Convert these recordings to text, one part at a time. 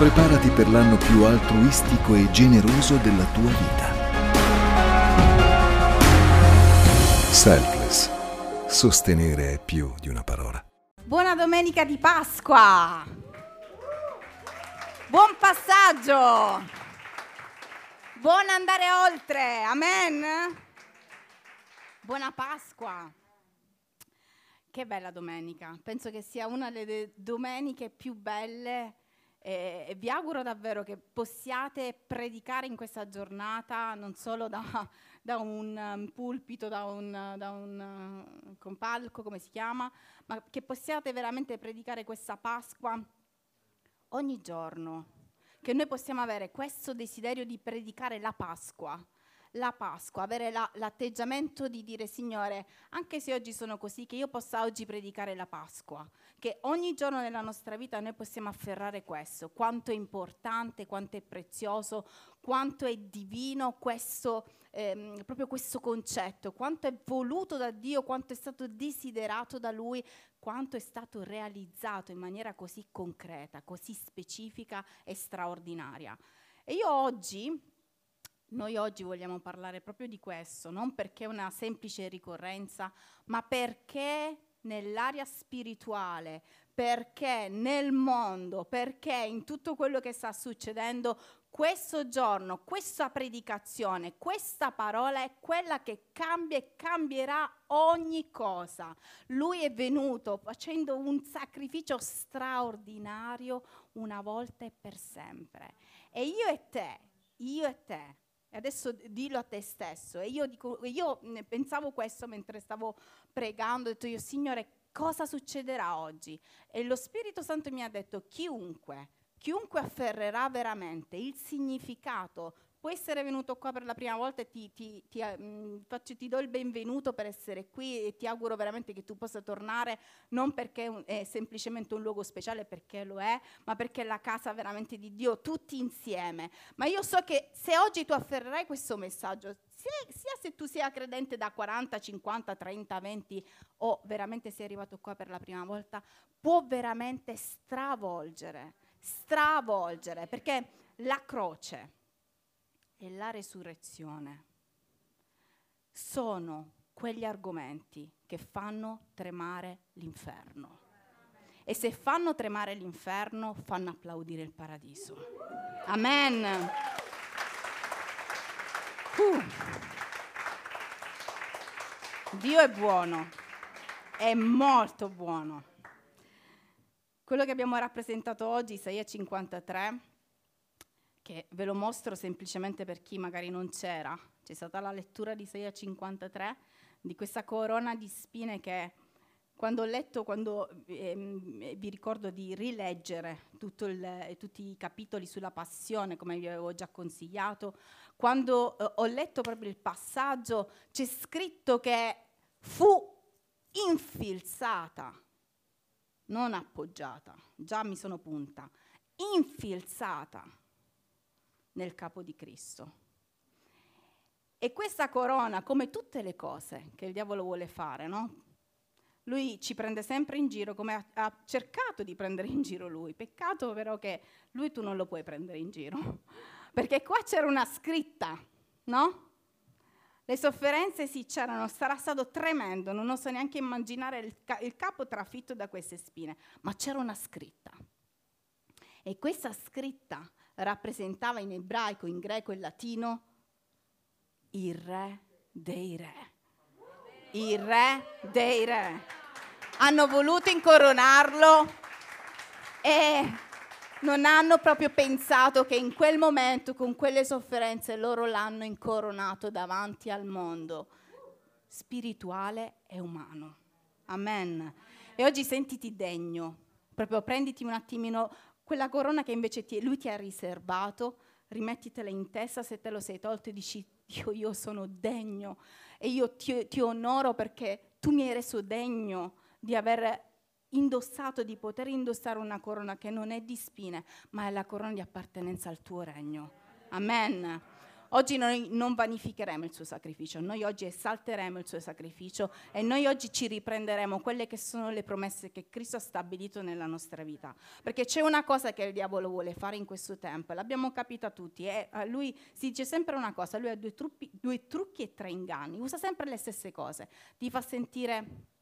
Preparati per l'anno più altruistico e generoso della tua vita. Selfless. Sostenere è più di una parola. Buona domenica di Pasqua! Buon passaggio! Buon andare oltre! Amen! Buona Pasqua! Che bella domenica! Penso che sia una delle domeniche più belle e vi auguro davvero che possiate predicare in questa giornata non solo da un pulpito, da un compalco, come si chiama, ma che possiate veramente predicare questa Pasqua ogni giorno, che noi possiamo avere questo desiderio di predicare la Pasqua, avere l'atteggiamento di dire: Signore, anche se oggi sono così, che io possa oggi predicare la Pasqua, che ogni giorno nella nostra vita noi possiamo afferrare questo, quanto è importante, quanto è prezioso, quanto è divino questo, proprio questo concetto, quanto è voluto da Dio, quanto è stato desiderato da Lui, quanto è stato realizzato in maniera così concreta, così specifica e straordinaria. E noi oggi vogliamo parlare proprio di questo, non perché è una semplice ricorrenza, ma perché nell'area spirituale, perché nel mondo, perché in tutto quello che sta succedendo, questo giorno, questa predicazione, questa parola è quella che cambia e cambierà ogni cosa. Lui è venuto facendo un sacrificio straordinario una volta e per sempre. E io e te, e adesso dillo a te stesso. E io pensavo questo mentre stavo pregando, ho detto io: Signore, cosa succederà oggi? E lo Spirito Santo mi ha detto: chiunque afferrerà veramente il significato, può essere venuto qua per la prima volta e ti do il benvenuto per essere qui e ti auguro veramente che tu possa tornare, non perché è semplicemente un luogo speciale, perché lo è, ma perché è la casa veramente di Dio, tutti insieme. Ma io so che se oggi tu afferrerai questo messaggio, sia se tu sia credente da 40, 50, 30, 20 o veramente sei arrivato qua per la prima volta, può veramente stravolgere, perché la croce e la resurrezione sono quegli argomenti che fanno tremare l'inferno. E se fanno tremare l'inferno, fanno applaudire il paradiso. Amen. Dio è buono, è molto buono. Quello che abbiamo rappresentato oggi, Isaia 53, che ve lo mostro semplicemente per chi magari non c'era. C'è stata la lettura di Isaia 53, di questa corona di spine che quando ho letto, vi ricordo di rileggere tutti i capitoli sulla passione, come vi avevo già consigliato, quando ho letto proprio il passaggio, c'è scritto che fu infilzata, non appoggiata, già mi sono punta, infilzata nel capo di Cristo. E questa corona, come tutte le cose che il diavolo vuole fare, no? Lui ci prende sempre in giro, come ha cercato di prendere in giro lui. Peccato però che lui tu non lo puoi prendere in giro, perché qua c'era una scritta, no? Le sofferenze sì c'erano, sarà stato tremendo, non oso neanche immaginare il capo trafitto da queste spine, ma c'era una scritta. E questa scritta rappresentava in ebraico, in greco e latino il re dei re. Il re dei re. Hanno voluto incoronarlo e non hanno proprio pensato che in quel momento, con quelle sofferenze, loro l'hanno incoronato davanti al mondo spirituale e umano. Amen. E oggi sentiti degno, proprio prenditi un attimino quella corona che invece lui ti ha riservato, rimettitela in testa se te lo sei tolto e dici: io sono degno e io ti onoro perché tu mi hai reso degno di aver indossato, di poter indossare una corona che non è di spine, ma è la corona di appartenenza al tuo regno. Amen. Oggi noi non vanificheremo il suo sacrificio, noi oggi esalteremo il suo sacrificio e noi oggi ci riprenderemo quelle che sono le promesse che Cristo ha stabilito nella nostra vita. Perché c'è una cosa che il diavolo vuole fare in questo tempo, e l'abbiamo capita tutti, e lui si dice sempre una cosa, lui ha due trucchi e 3 inganni, usa sempre le stesse cose, ti fa sentire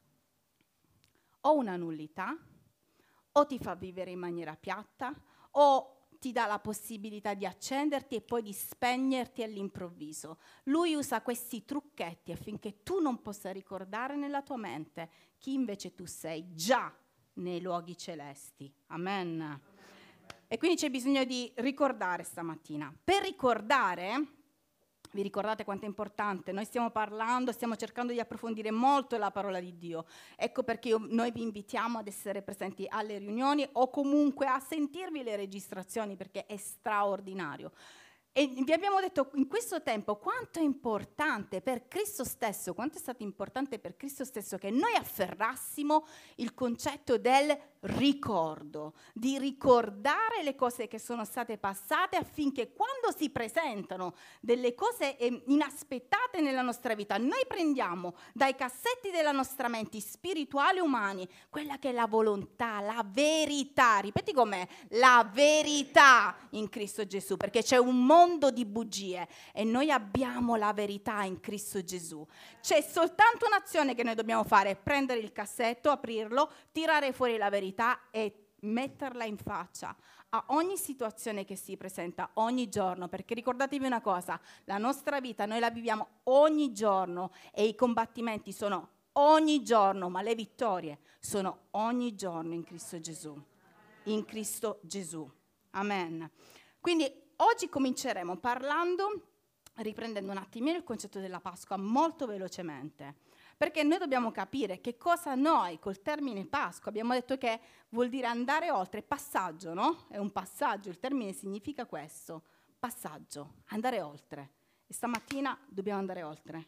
o una nullità, o ti fa vivere in maniera piatta, o ti dà la possibilità di accenderti e poi di spegnerti all'improvviso. Lui usa questi trucchetti affinché tu non possa ricordare nella tua mente chi invece tu sei già nei luoghi celesti. Amen. E quindi c'è bisogno di ricordare stamattina. Per ricordare, vi ricordate quanto è importante? Noi stiamo cercando di approfondire molto la parola di Dio. Ecco perché noi vi invitiamo ad essere presenti alle riunioni o comunque a sentirvi le registrazioni, perché è straordinario. E vi abbiamo detto in questo tempo quanto è importante per Cristo stesso, quanto è stato importante per Cristo stesso che noi afferrassimo il concetto del ricordo, di ricordare le cose che sono state passate affinché quando si presentano delle cose inaspettate nella nostra vita, noi prendiamo dai cassetti della nostra mente spirituali e umani quella che è la volontà, la verità, ripeti com'è, la verità in Cristo Gesù, perché c'è un mondo di bugie e noi abbiamo la verità in Cristo Gesù. C'è soltanto un'azione che noi dobbiamo fare: prendere il cassetto, aprirlo, tirare fuori la verità e metterla in faccia a ogni situazione che si presenta ogni giorno, perché ricordatevi una cosa, la nostra vita noi la viviamo ogni giorno e i combattimenti sono ogni giorno, ma le vittorie sono ogni giorno in Cristo Gesù. In Cristo Gesù. Amen. Quindi oggi cominceremo riprendendo un attimino il concetto della Pasqua molto velocemente, perché noi dobbiamo capire che cosa noi col termine Pasqua abbiamo detto che vuol dire andare oltre, passaggio, no? È un passaggio, il termine significa questo, passaggio, andare oltre. E stamattina dobbiamo andare oltre.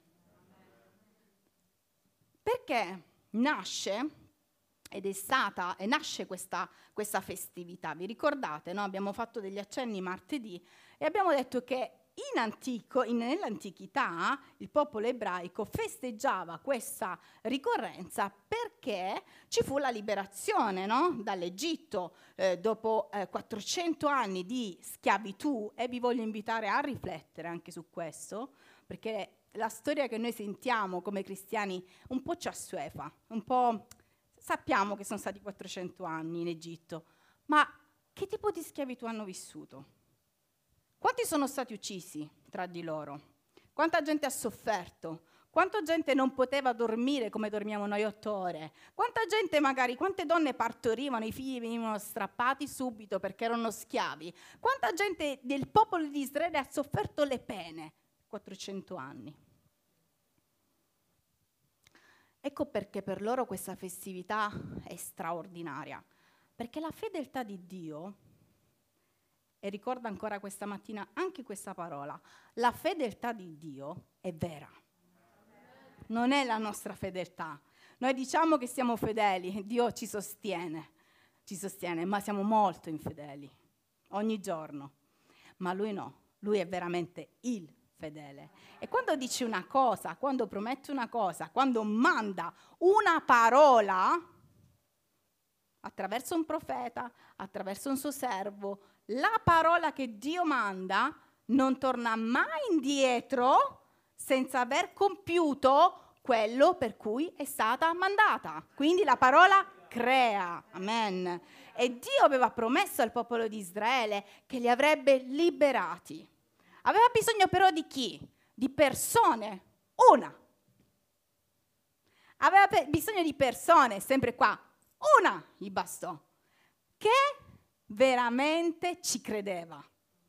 Perché nasce questa festività? Vi ricordate, no? Abbiamo fatto degli accenni martedì e abbiamo detto che nell'antichità il popolo ebraico festeggiava questa ricorrenza perché ci fu la liberazione, no? Dall'Egitto dopo 400 anni di schiavitù, e vi voglio invitare a riflettere anche su questo, perché la storia che noi sentiamo come cristiani un po' ci assuefa, un po' sappiamo che sono stati 400 anni in Egitto, ma che tipo di schiavitù hanno vissuto? Quanti sono stati uccisi tra di loro? Quanta gente ha sofferto? Quanta gente non poteva dormire come dormiamo noi 8 ore? Quante donne partorivano, i figli venivano strappati subito perché erano schiavi? Quanta gente del popolo di Israele ha sofferto le pene? 400 anni. Ecco perché per loro questa festività è straordinaria, perché la fedeltà di Dio, e ricorda ancora questa mattina anche questa parola, la fedeltà di Dio è vera, non è la nostra fedeltà. Noi diciamo che siamo fedeli, Dio ci sostiene, ma siamo molto infedeli, ogni giorno. Ma Lui no, Lui è veramente il fedele. E quando dice una cosa, quando promette una cosa, quando manda una parola, attraverso un profeta, attraverso un suo servo, la parola che Dio manda non torna mai indietro senza aver compiuto quello per cui è stata mandata. Quindi la parola crea. Amen. E Dio aveva promesso al popolo di Israele che li avrebbe liberati. Aveva bisogno però di chi? Di persone. Una. Aveva bisogno di persone, sempre qua. Una gli bastò, che veramente ci credeva.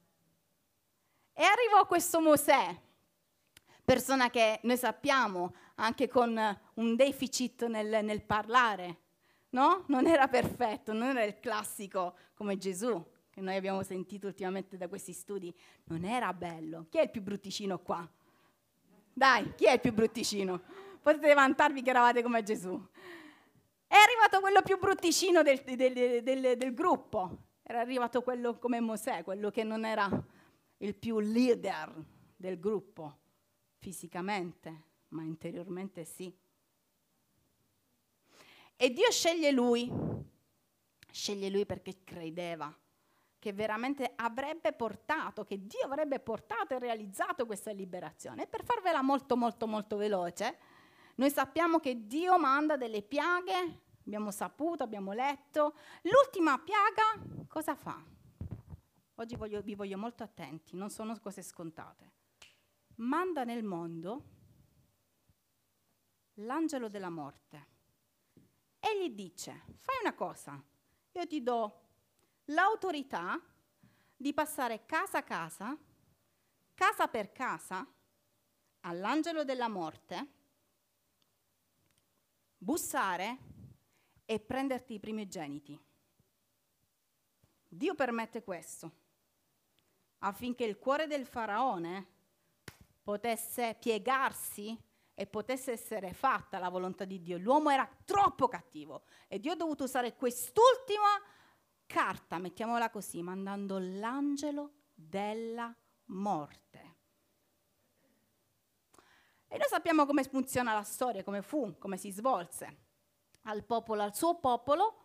E arrivò questo Mosè, persona che noi sappiamo anche con un deficit nel parlare, no? Non era perfetto, non era il classico come Gesù, che noi abbiamo sentito ultimamente da questi studi. Non era bello. Chi è il più brutticino qua? Dai, chi è il più brutticino? Potete vantarvi che eravate come Gesù. È arrivato quello più brutticino del gruppo. Era arrivato quello come Mosè, quello che non era il più leader del gruppo, fisicamente, ma interiormente sì. E Dio sceglie lui perché credeva che veramente avrebbe portato, che Dio avrebbe portato e realizzato questa liberazione. E per farvela molto molto molto veloce, noi sappiamo che Dio manda delle piaghe, abbiamo saputo, abbiamo letto. L'ultima piaga cosa fa? Oggi vi voglio molto attenti, non sono cose scontate. Manda nel mondo l'angelo della morte e gli dice: fai una cosa, io ti do l'autorità di passare casa a casa, casa per casa, all'angelo della morte, bussare e prenderti i primogeniti. Dio permette questo affinché il cuore del faraone potesse piegarsi e potesse essere fatta la volontà di Dio. L'uomo era troppo cattivo e Dio ha dovuto usare quest'ultima carta, mettiamola così, mandando l'angelo della morte. E noi sappiamo come funziona la storia, come fu, come si svolse. Al popolo, al suo popolo,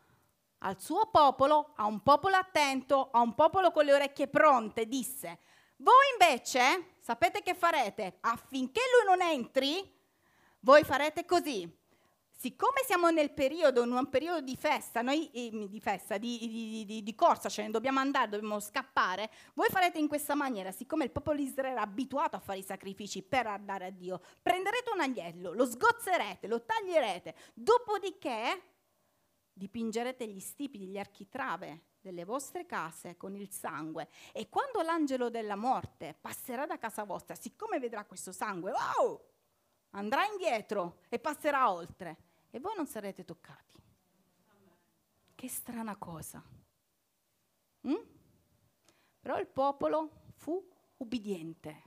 a un popolo attento, a un popolo con le orecchie pronte, disse: voi invece sapete che farete? Affinché lui non entri, voi farete così. Siccome siamo nel periodo, in un periodo di festa, noi di corsa, cioè dobbiamo andare, dobbiamo scappare, voi farete in questa maniera. Siccome il popolo di Israele era abituato a fare i sacrifici per andare a Dio, prenderete un agnello, lo sgozzerete, lo taglierete, dopodiché dipingerete gli stipiti, gli architrave delle vostre case con il sangue, e quando l'angelo della morte passerà da casa vostra, siccome vedrà questo sangue, wow, andrà indietro e passerà oltre e voi non sarete toccati. Che strana cosa. Però il popolo fu ubbidiente.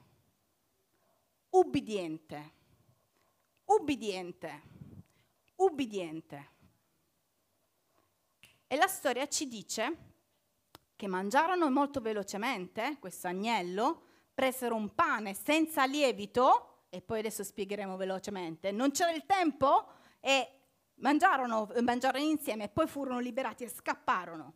E la storia ci dice che mangiarono molto velocemente questo agnello, presero un pane senza lievito, e poi adesso spiegheremo velocemente, non c'era il tempo, e mangiarono insieme e poi furono liberati e scapparono.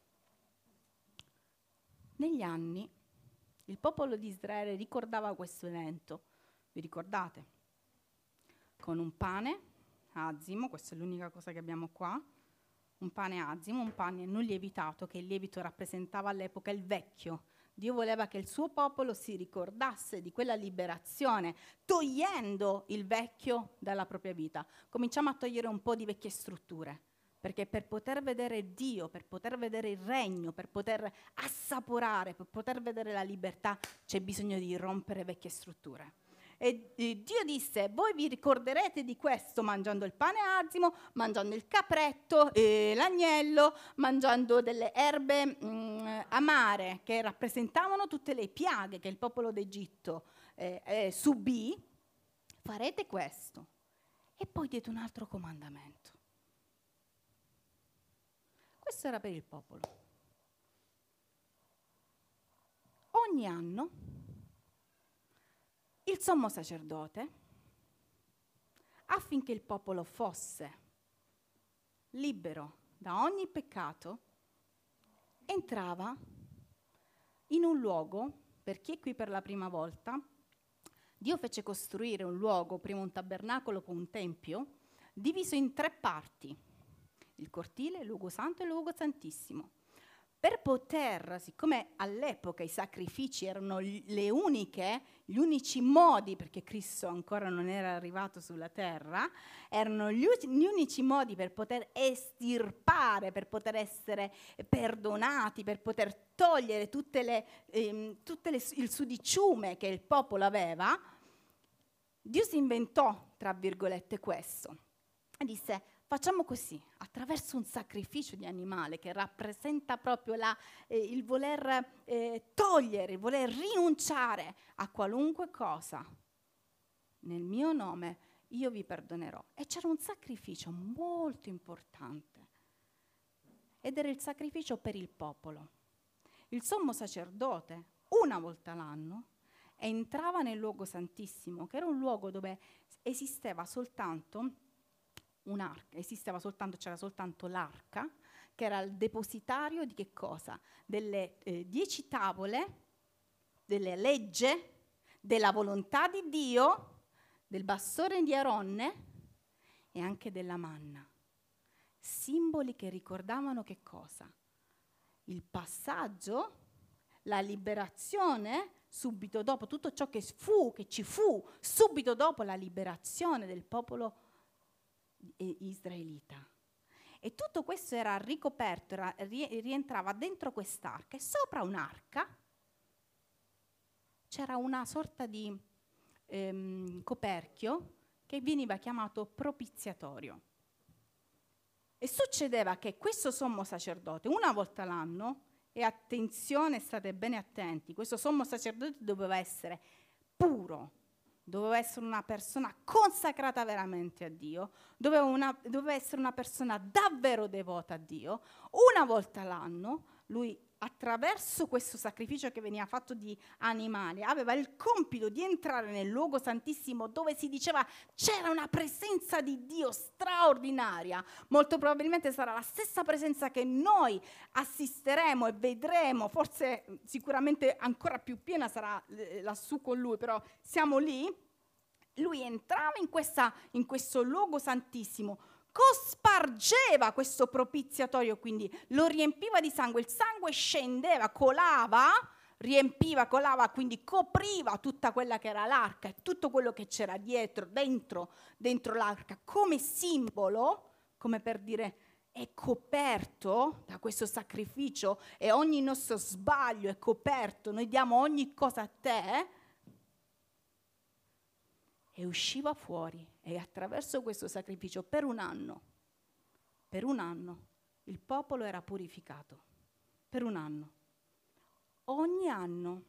Negli anni il popolo di Israele ricordava questo evento, vi ricordate? Con un pane azimo, questa è l'unica cosa che abbiamo qua, un pane azimo, un pane non lievitato, che il lievito rappresentava all'epoca il vecchio. Dio voleva che il suo popolo si ricordasse di quella liberazione, togliendo il vecchio dalla propria vita. Cominciamo a togliere un po' di vecchie strutture, perché per poter vedere Dio, per poter vedere il regno, per poter assaporare, per poter vedere la libertà, c'è bisogno di rompere vecchie strutture. E Dio disse: voi vi ricorderete di questo mangiando il pane azimo, mangiando il capretto, l'agnello, mangiando delle erbe amare che rappresentavano tutte le piaghe che il popolo d'Egitto subì. Farete questo. E poi diede un altro comandamento. Questo era per il popolo. Ogni anno il sommo sacerdote, affinché il popolo fosse libero da ogni peccato, entrava in un luogo. Per chi è qui per la prima volta, Dio fece costruire un luogo, prima un tabernacolo con un tempio, diviso in 3 parti: il cortile, il luogo santo e il luogo santissimo. Per poter, siccome all'epoca i sacrifici erano gli unici modi, perché Cristo ancora non era arrivato sulla terra, erano gli unici modi per poter estirpare, per poter essere perdonati, per poter togliere il sudiciume che il popolo aveva, Dio si inventò, tra virgolette, questo. E disse: facciamo così, attraverso un sacrificio di animale che rappresenta proprio il voler togliere, il voler rinunciare a qualunque cosa. Nel mio nome io vi perdonerò. E c'era un sacrificio molto importante, ed era il sacrificio per il popolo. Il sommo sacerdote, una volta l'anno, entrava nel luogo santissimo, che era un luogo dove esisteva soltanto un'arca, c'era soltanto l'arca, che era il depositario di che cosa? Delle 10 tavole, delle legge, della volontà di Dio, del bastone di Aronne e anche della manna. Simboli che ricordavano che cosa? Il passaggio, la liberazione, subito dopo, tutto ciò che ci fu, subito dopo la liberazione del popolo israelita. E tutto questo era ricoperto, rientrava dentro quest'arca, e sopra un'arca c'era una sorta di coperchio che veniva chiamato propiziatorio. E succedeva che questo sommo sacerdote, una volta l'anno, e attenzione, state bene attenti, questo sommo sacerdote doveva essere puro, doveva essere una persona consacrata veramente a Dio, doveva essere una persona davvero devota a Dio. Una volta l'anno lui, attraverso questo sacrificio che veniva fatto di animali, aveva il compito di entrare nel luogo santissimo, dove si diceva c'era una presenza di Dio straordinaria. Molto probabilmente sarà la stessa presenza che noi assisteremo e vedremo, forse sicuramente ancora più piena sarà lassù con lui, però siamo lì. Lui entrava in questo luogo santissimo, cospargeva questo propiziatorio, quindi lo riempiva di sangue, il sangue scendeva, colava, riempiva, colava, quindi copriva tutta quella che era l'arca e tutto quello che c'era dentro l'arca, come simbolo, come per dire è coperto da questo sacrificio e ogni nostro sbaglio è coperto, noi diamo ogni cosa a te. E usciva fuori, e attraverso questo sacrificio per un anno il popolo era purificato, per un anno. Ogni anno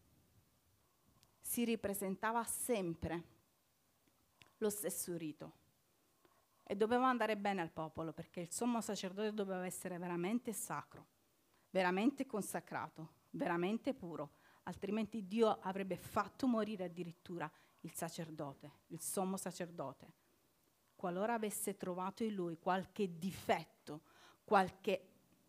si ripresentava sempre lo stesso rito e doveva andare bene al popolo, perché il sommo sacerdote doveva essere veramente sacro, veramente consacrato, veramente puro, altrimenti Dio avrebbe fatto morire addirittura il sacerdote, il sommo sacerdote, qualora avesse trovato in lui qualche difetto, qualche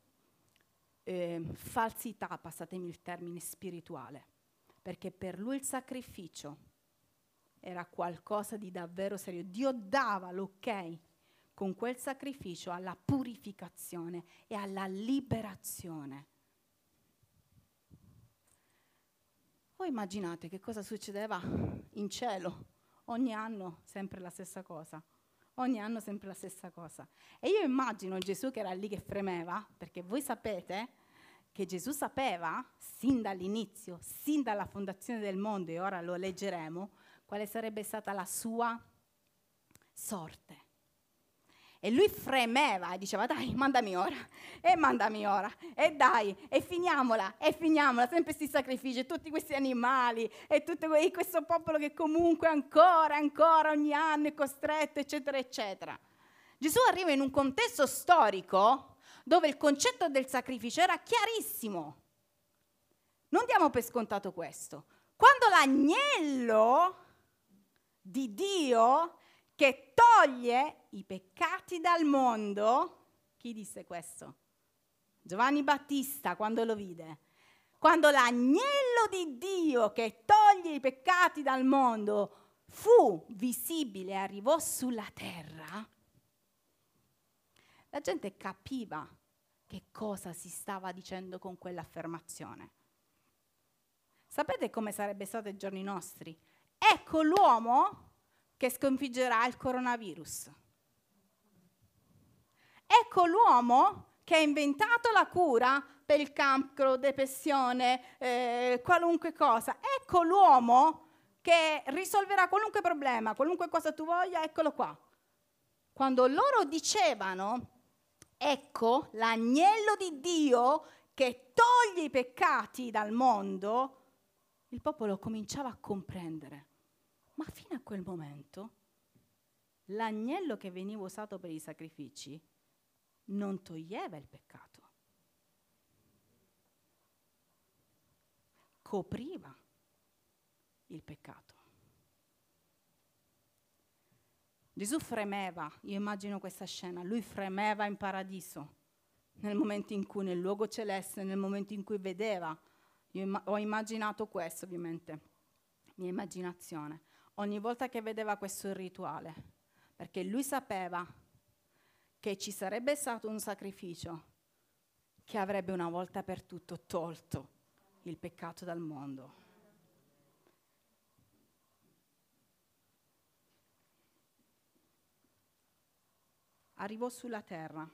falsità, passatemi il termine, spirituale, perché per lui il sacrificio era qualcosa di davvero serio. Dio dava l'ok con quel sacrificio alla purificazione e alla liberazione. Voi immaginate che cosa succedeva in cielo? Ogni anno sempre la stessa cosa. Ogni anno sempre la stessa cosa. E io immagino Gesù che era lì che fremeva, perché voi sapete che Gesù sapeva, sin dall'inizio, sin dalla fondazione del mondo, e ora lo leggeremo, quale sarebbe stata la sua sorte. E lui fremeva e diceva dai, mandami ora, e dai, e finiamola, sempre questi sacrifici, tutti questi animali, e tutto questo popolo che comunque ancora ogni anno è costretto, eccetera, eccetera. Gesù arriva in un contesto storico dove il concetto del sacrificio era chiarissimo. Non diamo per scontato questo. Quando l'agnello di Dio che toglie i peccati dal mondo, chi disse questo? Giovanni Battista, quando lo vide. Quando l'agnello di Dio che toglie i peccati dal mondo fu visibile e arrivò sulla terra, la gente capiva che cosa si stava dicendo con quell'affermazione. Sapete come sarebbe stato ai giorni nostri? Ecco l'uomo che sconfiggerà il coronavirus. Ecco l'uomo che ha inventato la cura per il cancro, depressione, qualunque cosa. Ecco l'uomo che risolverà qualunque problema, qualunque cosa tu voglia, eccolo qua. Quando loro dicevano, ecco l'agnello di Dio che toglie i peccati dal mondo, il popolo cominciava a comprendere. Ma fino a quel momento l'agnello che veniva usato per i sacrifici non toglieva il peccato, copriva. il peccato. Gesù fremeva, io immagino questa scena, lui fremeva in paradiso, nel momento in cui, nel luogo celeste, nel momento in cui vedeva, ho immaginato questo ovviamente, mia immaginazione, ogni volta che vedeva questo rituale, perché lui sapeva che ci sarebbe stato un sacrificio che avrebbe una volta per tutto tolto il peccato dal mondo. Arrivò sulla terra.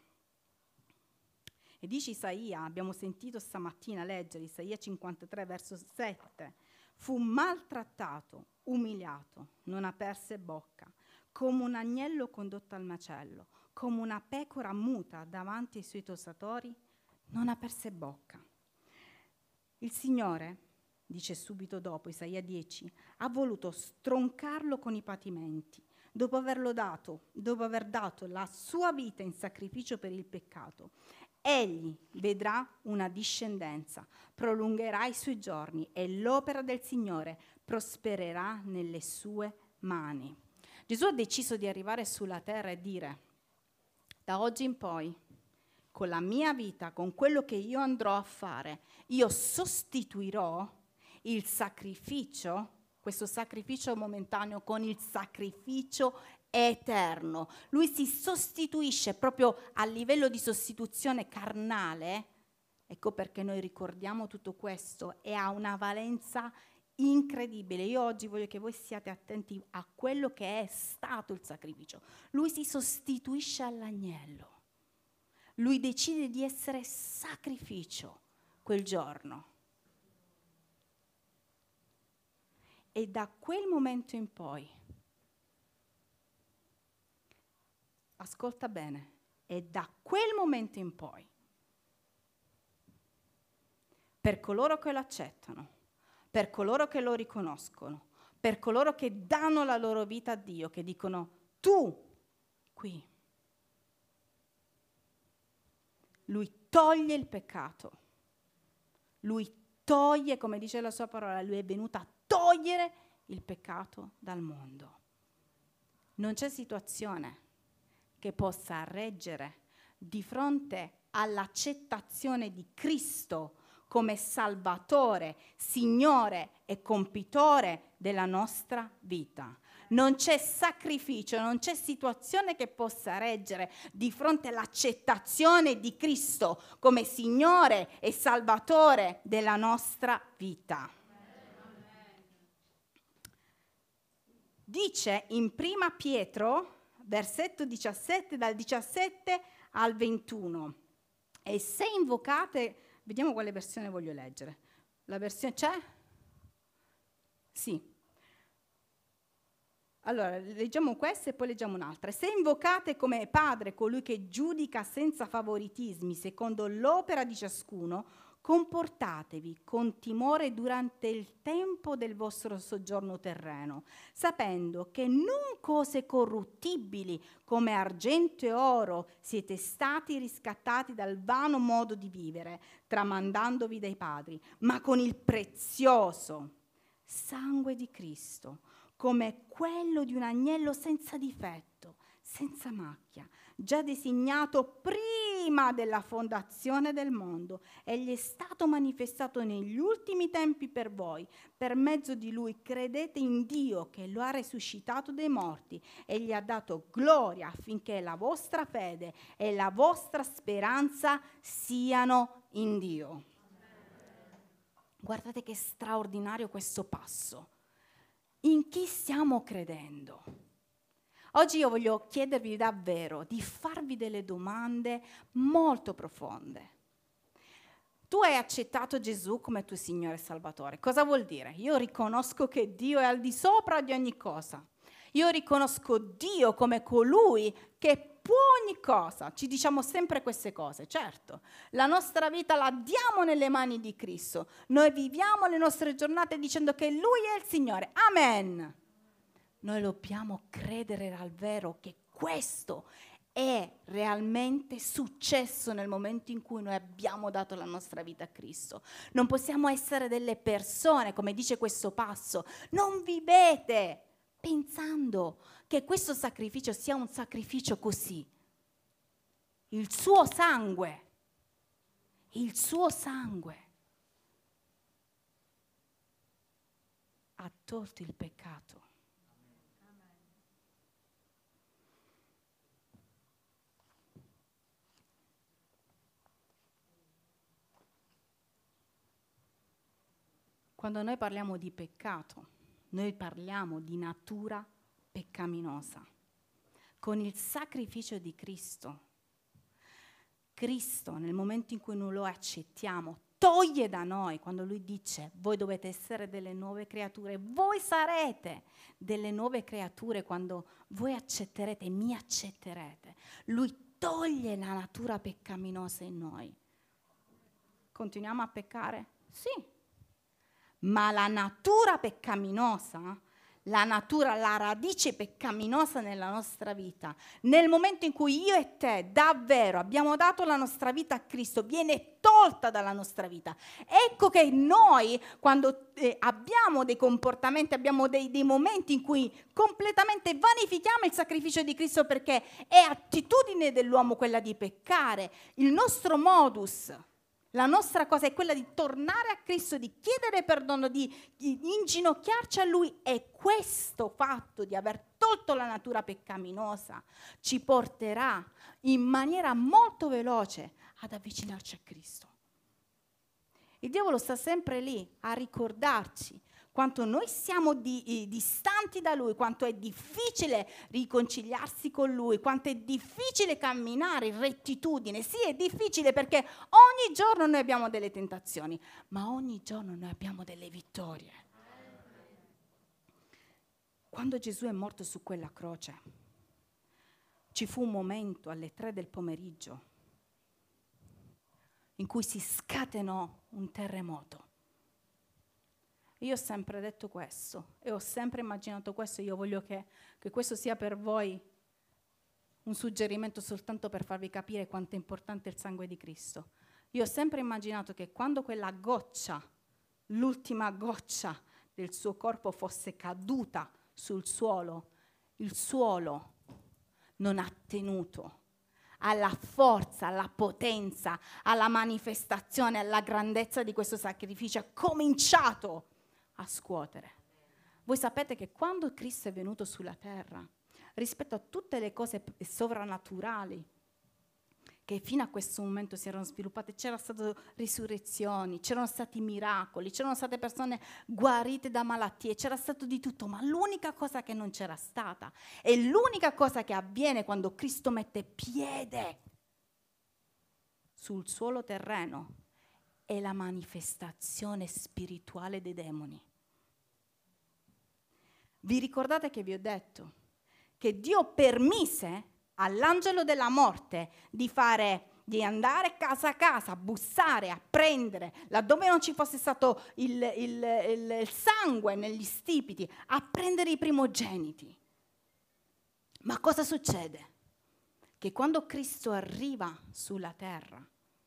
E dice Isaia, abbiamo sentito stamattina leggere Isaia 53 verso 7, fu maltrattato, umiliato, non aperse bocca, come un agnello condotto al macello, come una pecora muta davanti ai suoi tosatori, non aperse bocca. Il Signore, dice subito dopo, Isaia 10, ha voluto stroncarlo con i patimenti, dopo aver dato la sua vita in sacrificio per il peccato. Egli vedrà una discendenza, prolungherà i suoi giorni e l'opera del Signore prospererà nelle sue mani. Gesù ha deciso di arrivare sulla terra e dire: da oggi in poi, con la mia vita, con quello che io andrò a fare, io sostituirò il sacrificio, questo sacrificio momentaneo, con il sacrificio eterno. Lui si sostituisce proprio a livello di sostituzione carnale. Ecco perché noi ricordiamo tutto questo e ha una valenza incredibile. Io oggi voglio che voi siate attenti a quello che è stato il sacrificio. Lui si sostituisce all'agnello. Lui decide di essere sacrificio quel giorno. E da quel momento in poi, ascolta bene, e da quel momento in poi, per coloro che lo accettano, per coloro che lo riconoscono, per coloro che danno la loro vita a Dio, che dicono: tu qui. Lui toglie il peccato. Lui toglie, come dice la sua parola, lui è venuto a togliere il peccato dal mondo. Non c'è situazione che possa reggere di fronte all'accettazione di Cristo come Salvatore, Signore e compitore della nostra vita. Non c'è sacrificio, non c'è situazione che possa reggere di fronte all'accettazione di Cristo come Signore e Salvatore della nostra vita. Dice in Prima Pietro, versetto 17, dal 17 al 21, e se invocate, vediamo quale versione voglio leggere. La versione c'è? Sì. Allora, leggiamo questa e poi leggiamo un'altra. Se invocate come Padre colui che giudica senza favoritismi, secondo l'opera di ciascuno, comportatevi con timore durante il tempo del vostro soggiorno terreno, sapendo che non cose corruttibili come argento e oro siete stati riscattati dal vano modo di vivere, tramandandovi dai padri, ma con il prezioso sangue di Cristo, come quello di un agnello senza difetto, senza macchia, già designato prima della fondazione del mondo. Egli è stato manifestato negli ultimi tempi per voi. Per mezzo di lui credete in Dio che lo ha risuscitato dai morti e gli ha dato gloria affinché la vostra fede e la vostra speranza siano in Dio. Guardate che straordinario questo passo. In chi stiamo credendo? Oggi io voglio chiedervi davvero di farvi delle domande molto profonde. Tu hai accettato Gesù come tuo Signore e Salvatore. Cosa vuol dire? Io riconosco che Dio è al di sopra di ogni cosa. Io riconosco Dio come colui che può ogni cosa. Ci diciamo sempre queste cose, certo. La nostra vita la diamo nelle mani di Cristo. Noi viviamo le nostre giornate dicendo che Lui è il Signore. Amen. Noi dobbiamo credere al vero che questo è realmente successo nel momento in cui noi abbiamo dato la nostra vita a Cristo. Non possiamo essere delle persone, come dice questo passo, non vivete pensando che questo sacrificio sia un sacrificio così. Il suo sangue ha tolto il peccato. Quando noi parliamo di peccato, noi parliamo di natura peccaminosa. Con il sacrificio di Cristo, nel momento in cui noi lo accettiamo, toglie da noi, quando Lui dice voi dovete essere delle nuove creature, voi sarete delle nuove creature quando voi accetterete, mi accetterete. Lui toglie la natura peccaminosa in noi. Continuiamo a peccare? Sì. Ma la natura peccaminosa, la radice peccaminosa nella nostra vita, nel momento in cui io e te davvero abbiamo dato la nostra vita a Cristo, viene tolta dalla nostra vita. Ecco che noi, quando abbiamo dei comportamenti, abbiamo dei momenti in cui completamente vanifichiamo il sacrificio di Cristo, perché è attitudine dell'uomo quella di peccare. Il nostro modus, la nostra cosa è quella di tornare a Cristo, di chiedere perdono, di inginocchiarci a Lui, e questo fatto di aver tolto la natura peccaminosa ci porterà in maniera molto veloce ad avvicinarci a Cristo. Il diavolo sta sempre lì a ricordarci quanto noi siamo distanti da Lui, quanto è difficile riconciliarsi con Lui, quanto è difficile camminare in rettitudine. Sì, è difficile perché ogni giorno noi abbiamo delle tentazioni, ma ogni giorno noi abbiamo delle vittorie. Quando Gesù è morto su quella croce, ci fu un momento alle 3 del pomeriggio in cui si scatenò un terremoto. Io ho sempre detto questo e ho sempre immaginato questo. Io voglio che questo sia per voi un suggerimento soltanto per farvi capire quanto è importante il sangue di Cristo. Io ho sempre immaginato che quando quella goccia, l'ultima goccia del suo corpo fosse caduta sul suolo, il suolo non ha tenuto alla forza, alla potenza, alla manifestazione, alla grandezza di questo sacrificio, ha cominciato a scuotere. Voi sapete che quando Cristo è venuto sulla terra, rispetto a tutte le cose sovrannaturali che fino a questo momento si erano sviluppate, c'erano state risurrezioni, c'erano stati miracoli, c'erano state persone guarite da malattie, c'era stato di tutto, ma l'unica cosa che non c'era stata, e l'unica cosa che avviene quando Cristo mette piede sul suolo terreno, è la manifestazione spirituale dei demoni. Vi ricordate che vi ho detto che Dio permise all'angelo della morte di andare casa a casa, a bussare, a prendere, laddove non ci fosse stato il sangue negli stipiti, a prendere i primogeniti. Ma cosa succede? Che quando Cristo arriva sulla terra,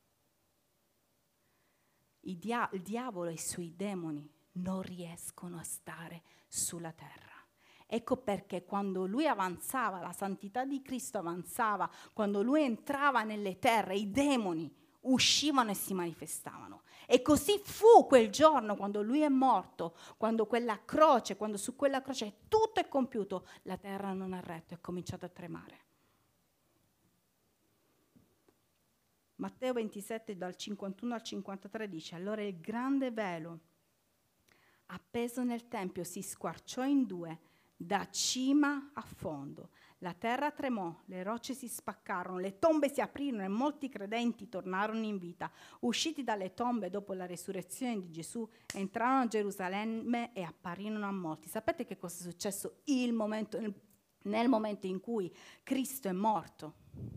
il diavolo e i suoi demoni non riescono a stare sulla terra. Ecco perché quando lui avanzava, la santità di Cristo avanzava, quando lui entrava nelle terre, i demoni uscivano e si manifestavano. E così fu quel giorno quando lui è morto, quando su quella croce tutto è compiuto, la terra non ha retto, è cominciato a tremare. Matteo 27 dal 51 al 53 dice: allora il grande velo appeso nel tempio si squarciò in due da cima a fondo. La terra tremò, le rocce si spaccarono, le tombe si aprirono e molti credenti tornarono in vita. Usciti dalle tombe dopo la resurrezione di Gesù, entrarono a Gerusalemme e apparirono a molti. Sapete che cosa è successo nel momento in cui Cristo è morto?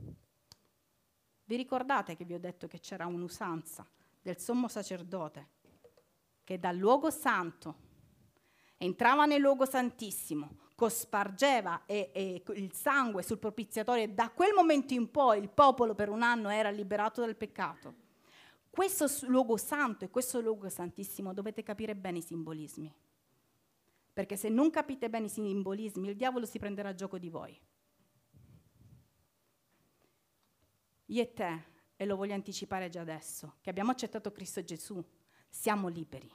Vi ricordate che vi ho detto che c'era un'usanza del sommo sacerdote che dal luogo santo entrava nel luogo santissimo cospargeva il sangue sul propiziatorio, e da quel momento in poi il popolo per un anno era liberato dal peccato. Questo luogo santo e questo luogo santissimo dovete capire bene i simbolismi, perché se non capite bene i simbolismi il diavolo si prenderà gioco di voi. Io e te, e lo voglio anticipare già adesso, che abbiamo accettato Cristo Gesù, siamo liberi.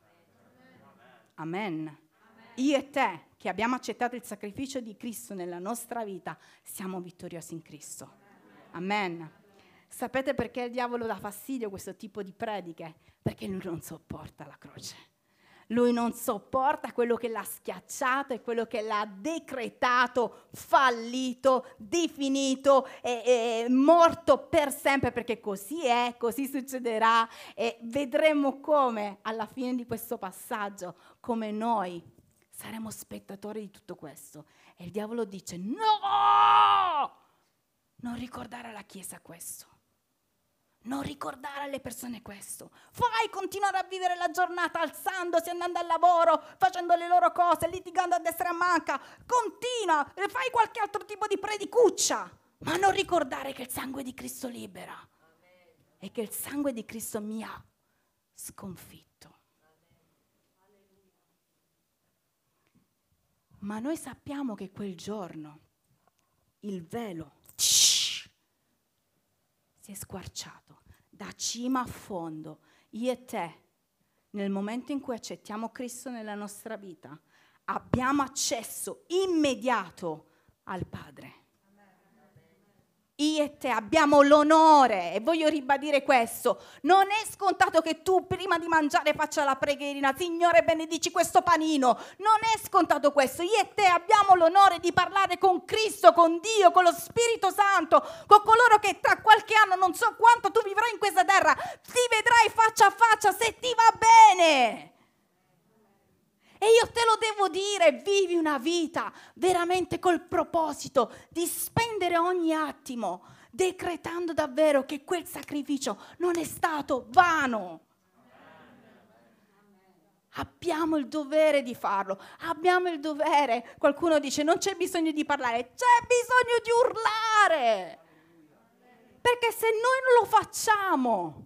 Amen. Io e te, che abbiamo accettato il sacrificio di Cristo nella nostra vita, siamo vittoriosi in Cristo. Amen. Sapete perché il diavolo dà fastidio a questo tipo di prediche? Perché lui non sopporta la croce. Lui non sopporta quello che l'ha schiacciato e quello che l'ha decretato, fallito, definito e morto per sempre, perché così è, così succederà, e vedremo come alla fine di questo passaggio, come noi saremo spettatori di tutto questo. E il diavolo dice: no! Non ricordare alla Chiesa questo. Non ricordare alle persone questo. Fai continuare a vivere la giornata alzandosi, andando al lavoro, facendo le loro cose, litigando a destra e a manca. Continua, fai qualche altro tipo di predicuccia, ma non ricordare che il sangue di Cristo libera. Amen. E che il sangue di Cristo mi ha sconfitto. Amen. Ma noi sappiamo che quel giorno il velo si è squarciato da cima a fondo. Io e te, nel momento in cui accettiamo Cristo nella nostra vita, abbiamo accesso immediato al Padre. Io e te abbiamo l'onore, e voglio ribadire questo: non è scontato che tu prima di mangiare faccia la pregherina: Signore, benedici questo panino. Non è scontato questo. Io e te abbiamo l'onore di parlare con Cristo, con Dio, con lo Spirito Santo, con coloro che tra qualche anno, non so quanto tu vivrai in questa terra, ti vedrai faccia a faccia se ti va bene. E io te lo devo dire: vivi una vita veramente col proposito di spendere ogni attimo, decretando davvero che quel sacrificio non è stato vano. Abbiamo il dovere di farlo, abbiamo il dovere. Qualcuno dice: non c'è bisogno di parlare, c'è bisogno di urlare. Perché se noi non lo facciamo,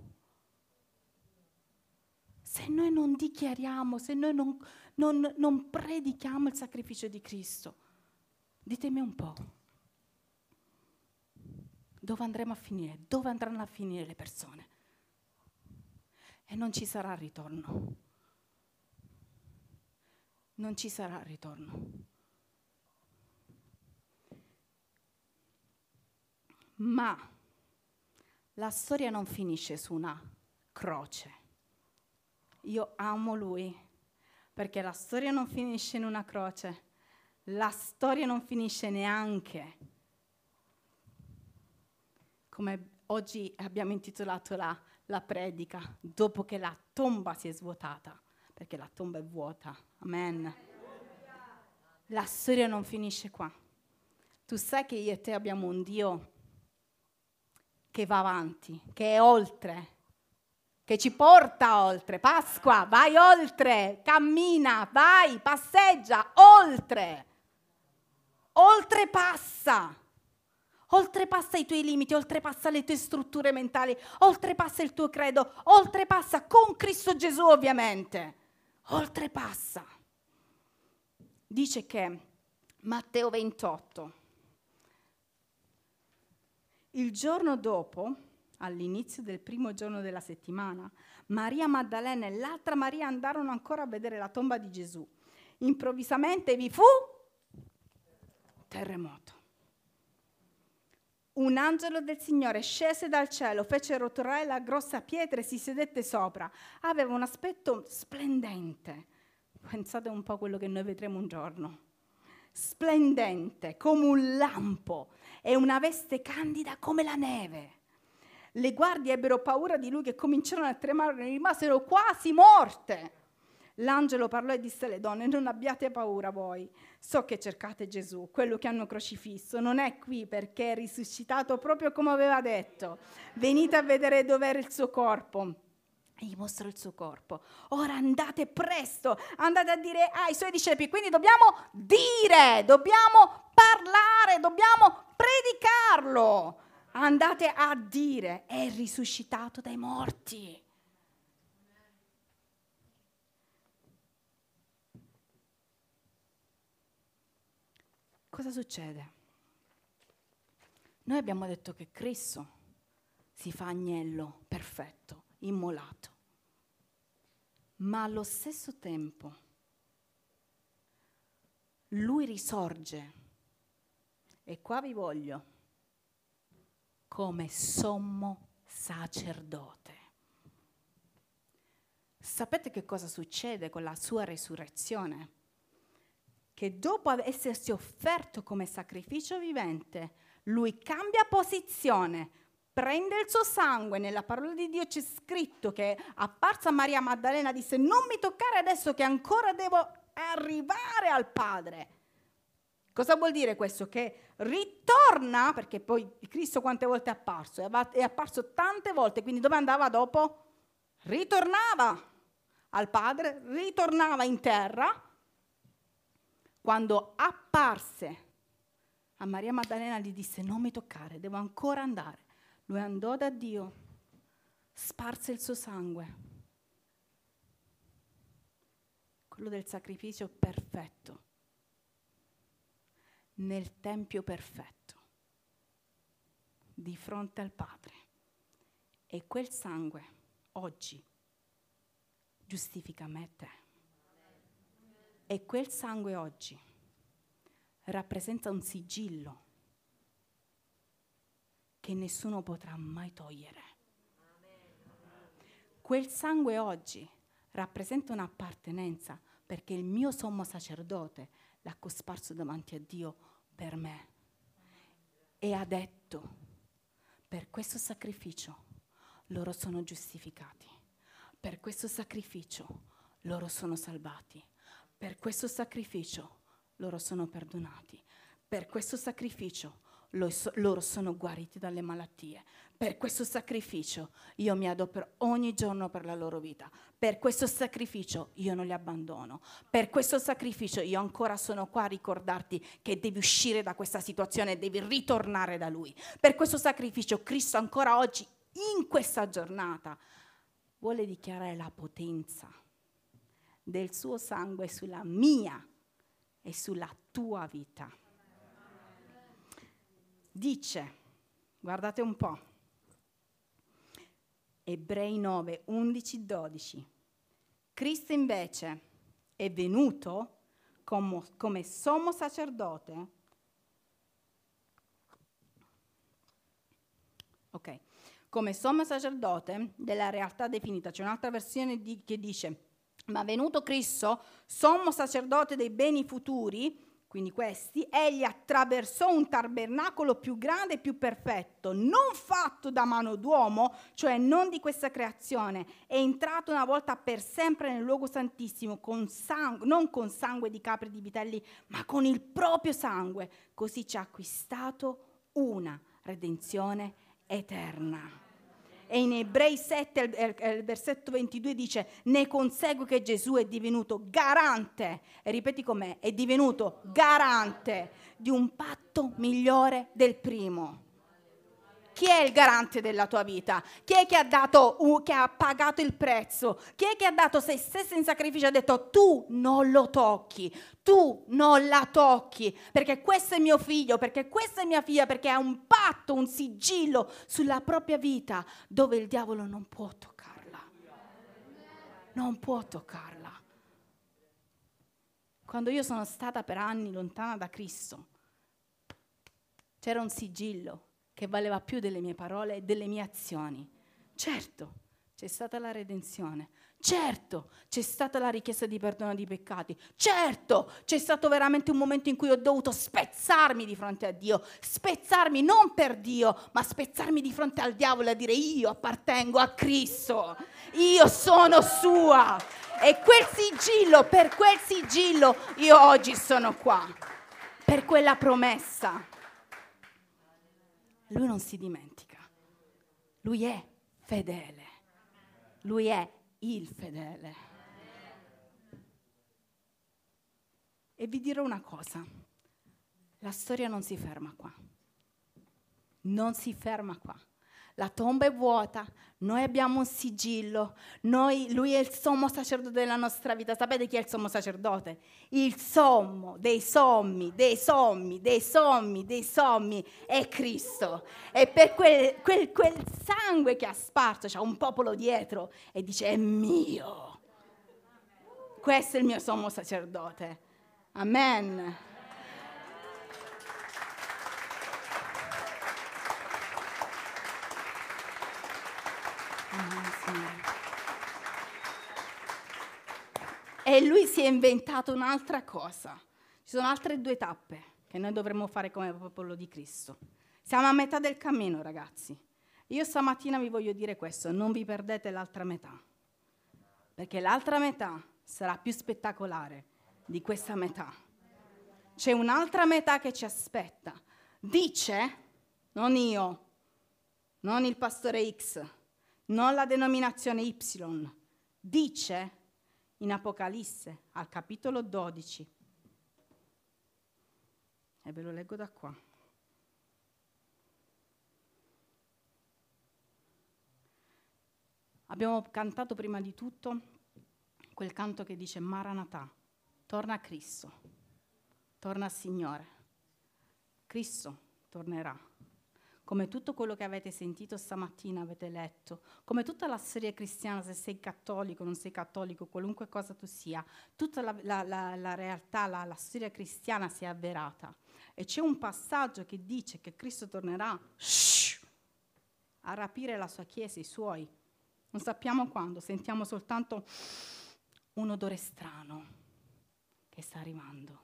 se noi non dichiariamo, se noi non predichiamo il sacrificio di Cristo, ditemi un po', dove andremo a finire? Dove andranno a finire le persone? E non ci sarà ritorno. Non ci sarà ritorno. Ma la storia non finisce su una croce. Io amo Lui, perché la storia non finisce in una croce, la storia non finisce neanche, come oggi abbiamo intitolato la predica, dopo che la tomba si è svuotata, perché la tomba è vuota, amen. La storia non finisce qua. Tu sai che io e te abbiamo un Dio che va avanti, che è oltre, che ci porta oltre. Pasqua, vai oltre, cammina, vai, passeggia, oltre. Oltrepassa i tuoi limiti, oltrepassa le tue strutture mentali, oltrepassa il tuo credo, oltrepassa con Cristo Gesù ovviamente. Oltrepassa. Dice che Matteo 28, il giorno dopo, all'inizio del primo giorno della settimana, Maria Maddalena e l'altra Maria andarono ancora a vedere la tomba di Gesù. Improvvisamente vi fu terremoto. Un angelo del Signore scese dal cielo, fece rotolare la grossa pietra e si sedette sopra. Aveva un aspetto splendente. Pensate un po' a quello che noi vedremo un giorno. Splendente, come un lampo, e una veste candida come la neve. Le guardie ebbero paura di lui, che cominciarono a tremare e rimasero quasi morte. L'angelo parlò e disse alle donne: non abbiate paura voi, so che cercate Gesù, quello che hanno crocifisso. Non è qui, perché è risuscitato proprio come aveva detto. Venite a vedere dove era il suo corpo. E gli mostrò il suo corpo. Ora andate presto, andate a dire ai suoi discepoli. Quindi dobbiamo dire, dobbiamo parlare, dobbiamo predicarlo. Andate a dire, è risuscitato dai morti. Cosa succede? Noi abbiamo detto che Cristo si fa agnello perfetto, immolato, ma allo stesso tempo lui risorge, e qua vi voglio, come sommo sacerdote. Sapete che cosa succede con la sua resurrezione? Che dopo essersi offerto come sacrificio vivente, lui cambia posizione, prende il suo sangue. Nella parola di Dio c'è scritto che apparsa a Maria Maddalena, disse: non mi toccare adesso che ancora devo arrivare al Padre. Cosa vuol dire questo? Che ritorna, perché poi Cristo quante volte è apparso? È apparso tante volte, quindi dove andava dopo? Ritornava al Padre, ritornava in terra. Quando apparse a Maria Maddalena gli disse: non mi toccare, devo ancora andare. Lui andò da Dio, sparse il suo sangue, quello del sacrificio perfetto, nel tempio perfetto, di fronte al Padre. E quel sangue oggi giustifica me e te. E quel sangue oggi rappresenta un sigillo che nessuno potrà mai togliere. Quel sangue oggi rappresenta un'appartenenza, perché il mio sommo sacerdote l'ha cosparso davanti a Dio per me. E ha detto: per questo sacrificio loro sono giustificati, per questo sacrificio loro sono salvati, per questo sacrificio loro sono perdonati, per questo sacrificio loro sono guariti dalle malattie, per questo sacrificio io mi adopero ogni giorno per la loro vita, per questo sacrificio io non li abbandono, per questo sacrificio io ancora sono qua a ricordarti che devi uscire da questa situazione e devi ritornare da Lui. Per questo sacrificio Cristo ancora oggi, in questa giornata, vuole dichiarare la potenza del suo sangue sulla mia e sulla tua vita. Dice, guardate un po', Ebrei 9, 11, 12. Cristo invece è venuto come sommo sacerdote. Ok, come sommo sacerdote della realtà definita. C'è un'altra versione che dice: ma venuto Cristo, sommo sacerdote dei beni futuri, quindi questi, egli attraversò un tabernacolo più grande e più perfetto, non fatto da mano d'uomo, cioè non di questa creazione, è entrato una volta per sempre nel luogo santissimo, non con sangue di capri e di vitelli, ma con il proprio sangue. Così ci ha acquistato una redenzione eterna. E in Ebrei 7, versetto 22 dice: ne consegue che Gesù è divenuto garante, e ripeti com'è, è divenuto garante di un patto migliore del primo. Chi è il garante della tua vita? Chi è che ha pagato il prezzo? Chi è che ha dato se stesso in sacrificio? Ha detto: tu non lo tocchi, tu non la tocchi, perché questo è mio figlio, perché questa è mia figlia, perché ha un patto, un sigillo sulla propria vita dove il diavolo non può toccarla. Non può toccarla. Quando io sono stata per anni lontana da Cristo, c'era un sigillo che valeva più delle mie parole e delle mie azioni. Certo, c'è stata la redenzione. Certo, c'è stata la richiesta di perdono di peccati. Certo, c'è stato veramente un momento in cui ho dovuto spezzarmi di fronte a Dio. Spezzarmi non per Dio, ma spezzarmi di fronte al diavolo e dire: io appartengo a Cristo. Io sono sua. E quel sigillo, per quel sigillo io oggi sono qua. Per quella promessa. Lui non si dimentica, lui è fedele. Lui è il fedele. E vi dirò una cosa, la storia non si ferma qua. Non si ferma qua. La tomba è vuota, noi abbiamo un sigillo, lui è il sommo sacerdote della nostra vita. Sapete chi è il sommo sacerdote? Il sommo dei sommi, dei sommi, dei sommi, dei sommi è Cristo. E per quel sangue che ha sparso c'è un popolo dietro e dice è mio. Questo è il mio sommo sacerdote. Amen. E lui si è inventato un'altra cosa. Ci sono altre 2 tappe che noi dovremmo fare come popolo di Cristo. Siamo a metà del cammino, ragazzi. Io stamattina vi voglio dire questo, non vi perdete l'altra metà, perché l'altra metà sarà più spettacolare di questa metà. C'è un'altra metà che ci aspetta. Dice, non io, non il pastore X, non la denominazione Y, dice in Apocalisse, al capitolo 12, e ve lo leggo da qua. Abbiamo cantato prima di tutto quel canto che dice Maranatha, torna a Cristo, torna al Signore. Cristo tornerà. Come tutto quello che avete sentito stamattina, avete letto, come tutta la storia cristiana, se sei cattolico, non sei cattolico, qualunque cosa tu sia, tutta la realtà, la storia cristiana si è avverata. E c'è un passaggio che dice che Cristo tornerà a rapire la sua chiesa, i suoi. Non sappiamo quando, sentiamo soltanto un odore strano che sta arrivando.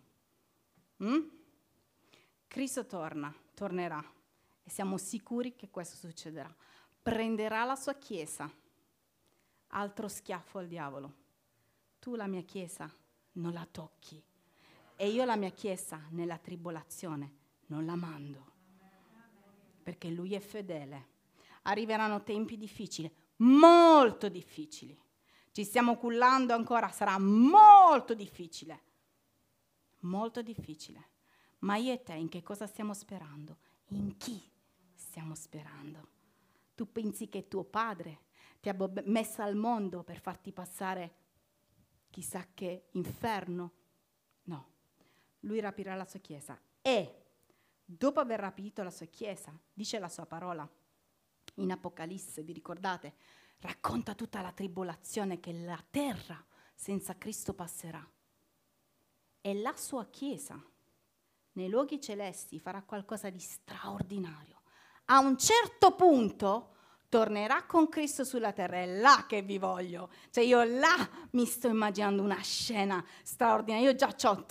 Cristo tornerà. E siamo sicuri che questo succederà. Prenderà la sua chiesa, altro schiaffo al diavolo. Tu la mia chiesa non la tocchi e io la mia chiesa nella tribolazione non la mando, perché lui è fedele. Arriveranno tempi difficili, molto difficili. Ci stiamo cullando ancora, sarà molto difficile. Molto difficile. Ma io e te in che cosa stiamo sperando? In chi stiamo sperando? Tu pensi che tuo padre ti abbia messo al mondo per farti passare chissà che inferno? No, lui rapirà la sua chiesa e dopo aver rapito la sua chiesa, dice la sua parola in Apocalisse, vi ricordate? Racconta tutta la tribolazione che la terra senza Cristo passerà. E la sua chiesa nei luoghi celesti farà qualcosa di straordinario. A un certo punto tornerà con Cristo sulla terra, è là che vi voglio. Cioè io là mi sto immaginando una scena straordinaria, io già c'ho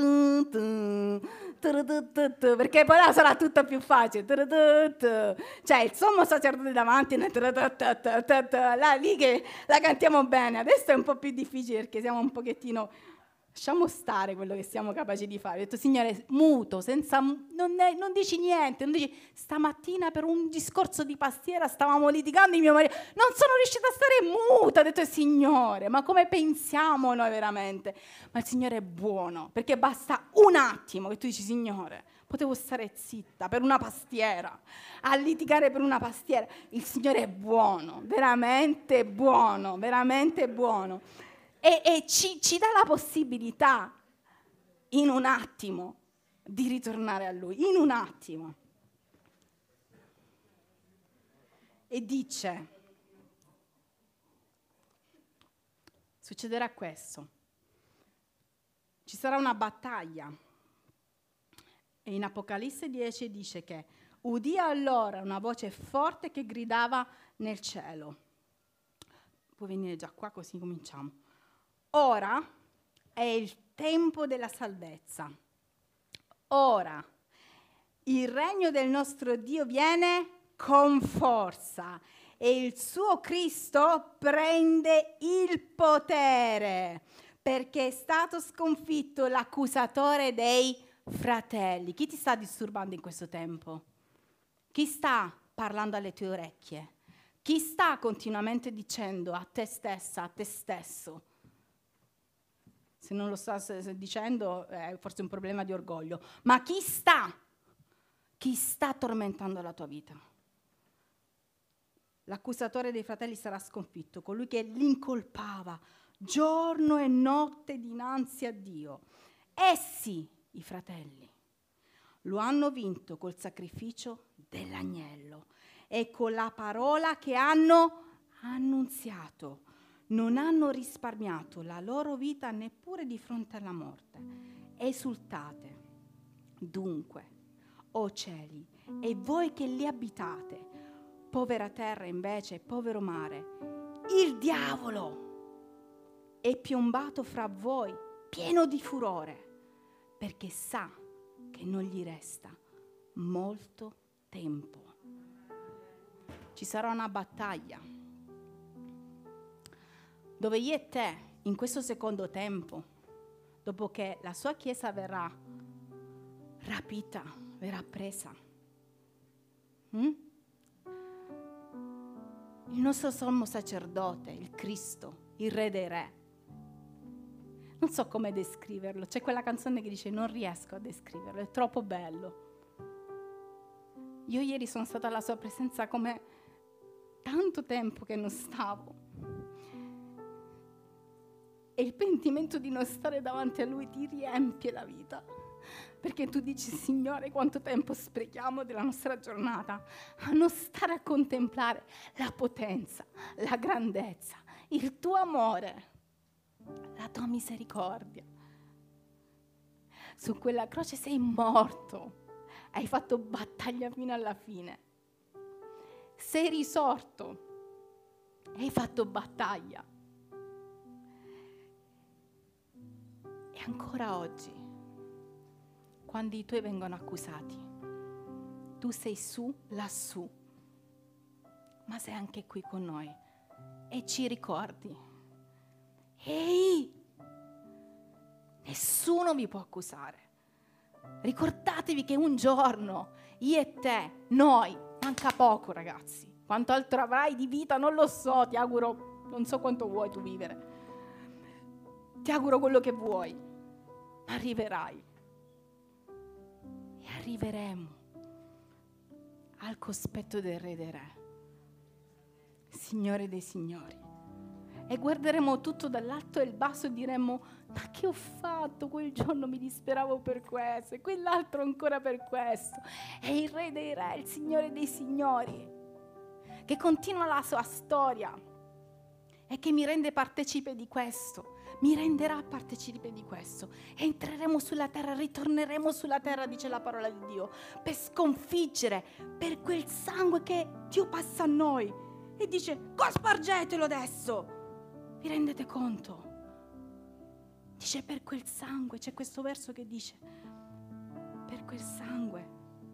perché poi là sarà tutto più facile. Cioè il sommo sacerdote davanti, là lì che la cantiamo bene. Adesso è un po' più difficile perché siamo un pochettino... Lasciamo stare quello che siamo capaci di fare. Ho detto, Signore, muto, non dici niente, non dici, stamattina per un discorso di pastiera stavamo litigando, mio marito, non sono riuscita a stare muta. Ho detto, Signore, ma come pensiamo noi veramente? Ma il Signore è buono, perché basta un attimo che tu dici, Signore, potevo stare zitta per una pastiera, a litigare per una pastiera. Il Signore è buono, veramente buono, veramente buono. E ci dà la possibilità in un attimo di ritornare a Lui, in un attimo. E dice, succederà questo, ci sarà una battaglia. E in Apocalisse 10 dice che udì allora una voce forte che gridava nel cielo. Puoi venire già qua così cominciamo. Ora è il tempo della salvezza. Ora il regno del nostro Dio viene con forza e il suo Cristo prende il potere perché è stato sconfitto l'accusatore dei fratelli. Chi ti sta disturbando in questo tempo? Chi sta parlando alle tue orecchie? Chi sta continuamente dicendo a te stessa, a te stesso, se non lo sta dicendo è forse un problema di orgoglio, ma chi sta tormentando la tua vita? L'accusatore dei fratelli sarà sconfitto, colui che li incolpava giorno e notte dinanzi a Dio. Essi, i fratelli, lo hanno vinto col sacrificio dell'agnello e con la parola che hanno annunziato. Non hanno risparmiato la loro vita neppure di fronte alla morte. Esultate, dunque, o cieli, e voi che li abitate, povera terra invece, povero mare, il diavolo è piombato fra voi, pieno di furore, perché sa che non gli resta molto tempo. Ci sarà una battaglia dove io e te, in questo secondo tempo, dopo che la sua chiesa verrà rapita, verrà presa, il nostro sommo sacerdote, il Cristo, il Re dei Re, non so come descriverlo, c'è quella canzone che dice non riesco a descriverlo, è troppo bello. Io ieri sono stata alla sua presenza come tanto tempo che non stavo. E il pentimento di non stare davanti a Lui ti riempie la vita. Perché tu dici, Signore, quanto tempo sprechiamo della nostra giornata a non stare a contemplare la potenza, la grandezza, il tuo amore, la tua misericordia. Su quella croce sei morto, hai fatto battaglia fino alla fine. Sei risorto, hai fatto battaglia. E ancora oggi, quando i tuoi vengono accusati, tu sei su, lassù, ma sei anche qui con noi e ci ricordi. Ehi, nessuno vi può accusare. Ricordatevi che un giorno io e te, noi, manca poco ragazzi, quanto altro avrai di vita non lo so, ti auguro, non so quanto vuoi tu vivere, ti auguro quello che vuoi, ma arriverai e arriveremo al cospetto del Re dei Re, Signore dei Signori, e guarderemo tutto dall'alto e il basso e diremo: ma che ho fatto? Quel giorno mi disperavo per questo e quell'altro ancora per questo. È il Re dei Re, il Signore dei Signori, che continua la sua storia e che mi rende partecipe di questo, mi renderà partecipe di questo. Entreremo sulla terra, ritorneremo sulla terra, dice la parola di Dio, per sconfiggere, per quel sangue che Dio passa a noi e dice: cospargetelo adesso. Vi rendete conto? Dice per quel sangue, c'è questo verso che dice per quel sangue.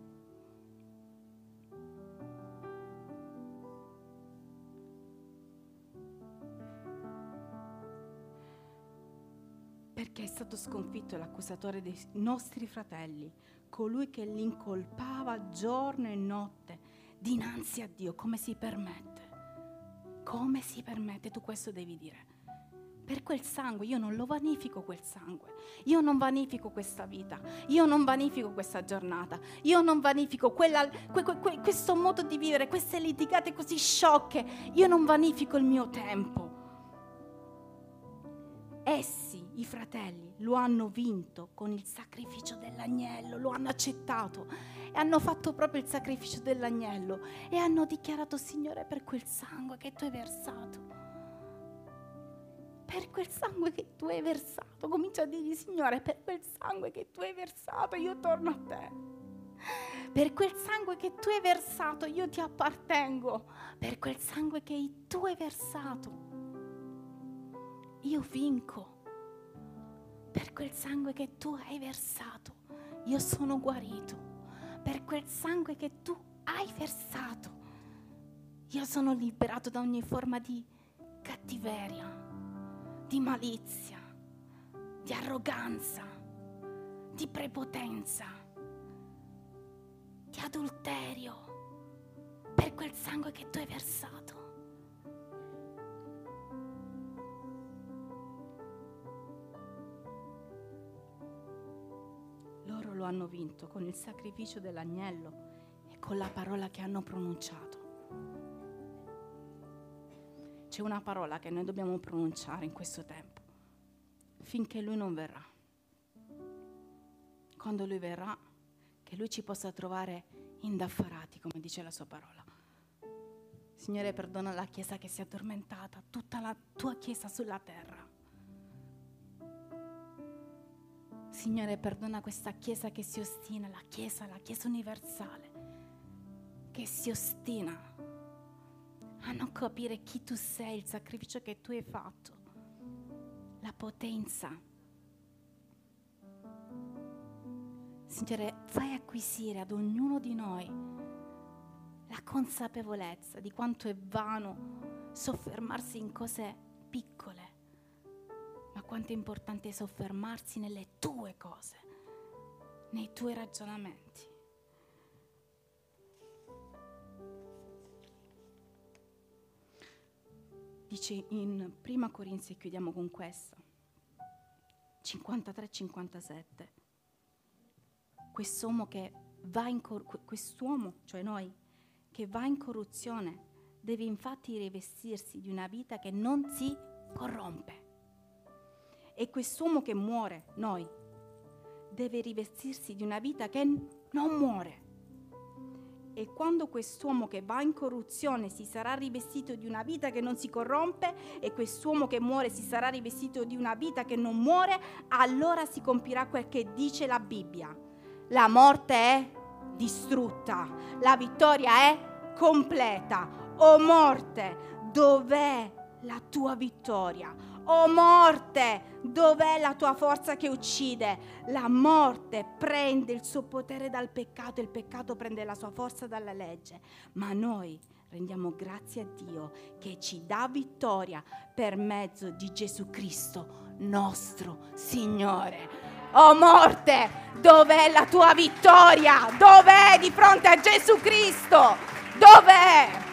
Perché è stato sconfitto l'accusatore dei nostri fratelli, colui che li incolpava giorno e notte dinanzi a Dio. Come si permette? Come si permette? Tu questo devi dire. Per quel sangue, io non lo vanifico quel sangue, io non vanifico questa vita, io non vanifico questa giornata, io non vanifico questo modo di vivere, queste litigate così sciocche, io non vanifico il mio tempo. Essi, i fratelli, lo hanno vinto con il sacrificio dell'agnello, lo hanno accettato e hanno fatto proprio il sacrificio dell'agnello e hanno dichiarato: Signore, per quel sangue che tu hai versato, per quel sangue che tu hai versato, comincia a dirgli: Signore, per quel sangue che tu hai versato io torno a te, per quel sangue che tu hai versato io ti appartengo, per quel sangue che tu hai versato io vinco, per quel sangue che tu hai versato io sono guarito, per quel sangue che tu hai versato io sono liberato da ogni forma di cattiveria, di malizia, di arroganza, di prepotenza, di adulterio. Per quel sangue che tu hai versato. Loro lo hanno vinto con il sacrificio dell'agnello e con la parola che hanno pronunciato. C'è una parola che noi dobbiamo pronunciare in questo tempo, finché Lui non verrà. Quando Lui verrà, che Lui ci possa trovare indaffarati, come dice la sua parola. Signore, perdona la Chiesa che si è addormentata, tutta la tua Chiesa sulla terra. Signore, perdona questa Chiesa che si ostina, la Chiesa universale, che si ostina a non capire chi tu sei, il sacrificio che tu hai fatto, la potenza. Signore, fai acquisire ad ognuno di noi la consapevolezza di quanto è vano soffermarsi in cose piccole, ma quanto è importante soffermarsi nelle tue cose, nei tuoi ragionamenti. Dice in Prima Corinzi, e chiudiamo con questo, 53-57, quest'uomo, cioè noi, che va in corruzione, deve infatti rivestirsi di una vita che non si corrompe. E quest'uomo che muore, noi, deve rivestirsi di una vita che non muore. E quando quest'uomo che va in corruzione si sarà rivestito di una vita che non si corrompe, e quest'uomo che muore si sarà rivestito di una vita che non muore, allora si compirà quel che dice la Bibbia: la morte è distrutta, la vittoria è completa. O morte, dov'è la tua vittoria? O morte, dov'è la tua forza che uccide? La morte prende il suo potere dal peccato, il peccato prende la sua forza dalla legge. Ma noi rendiamo grazie a Dio che ci dà vittoria per mezzo di Gesù Cristo, nostro Signore. O morte, dov'è la tua vittoria? Dov'è di fronte a Gesù Cristo? Dov'è?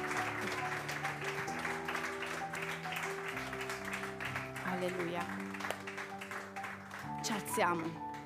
Alleluia. Ci alziamo.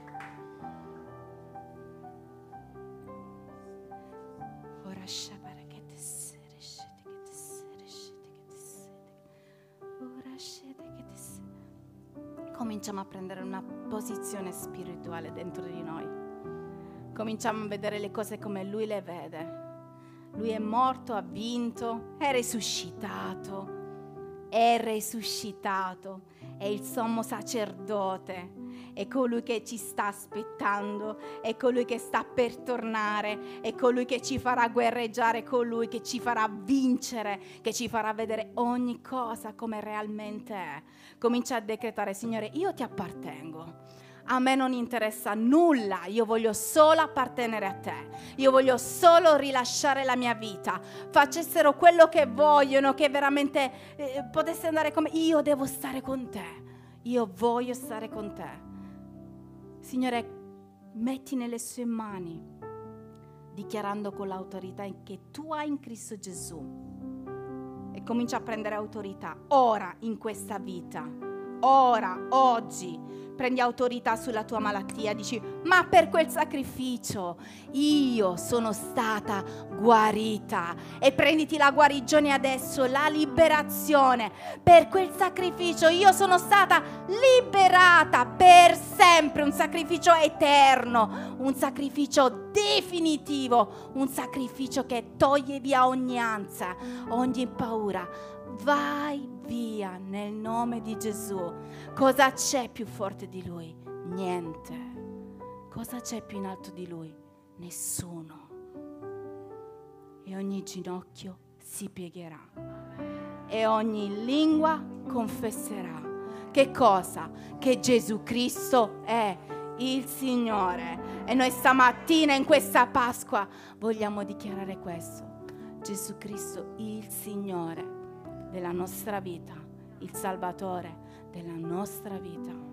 Ora shabara che te sere, scete che te sere, scete che te sere. Ora scete che te sere. Cominciamo a prendere una posizione spirituale dentro di noi. Cominciamo a vedere le cose come Lui le vede. Lui è morto, ha vinto, è risuscitato. È risuscitato, è il sommo sacerdote, è colui che ci sta aspettando, è colui che sta per tornare, è colui che ci farà guerreggiare, è colui che ci farà vincere, che ci farà vedere ogni cosa come realmente è. Comincia a decretare: Signore, io ti appartengo. A me non interessa nulla, io voglio solo appartenere a te, io voglio solo rilasciare la mia vita. Facessero quello che vogliono, che veramente potesse andare come... Io devo stare con te, io voglio stare con te. Signore, metti nelle sue mani, dichiarando con l'autorità che tu hai in Cristo Gesù, e comincia a prendere autorità ora in questa vita, ora, oggi. Prendi autorità sulla tua malattia, dici: ma per quel sacrificio io sono stata guarita, e prenditi la guarigione adesso, la liberazione. Per quel sacrificio io sono stata liberata per sempre, un sacrificio eterno, un sacrificio definitivo, un sacrificio che toglie via ogni ansia, ogni paura. Vai via nel nome di Gesù. Cosa c'è più forte di Lui? Niente. Cosa c'è più in alto di Lui? Nessuno. E ogni ginocchio si piegherà e ogni lingua confesserà. Che cosa? Che Gesù Cristo è il Signore. E noi stamattina in questa Pasqua vogliamo dichiarare questo: Gesù Cristo il Signore della nostra vita, il Salvatore della nostra vita.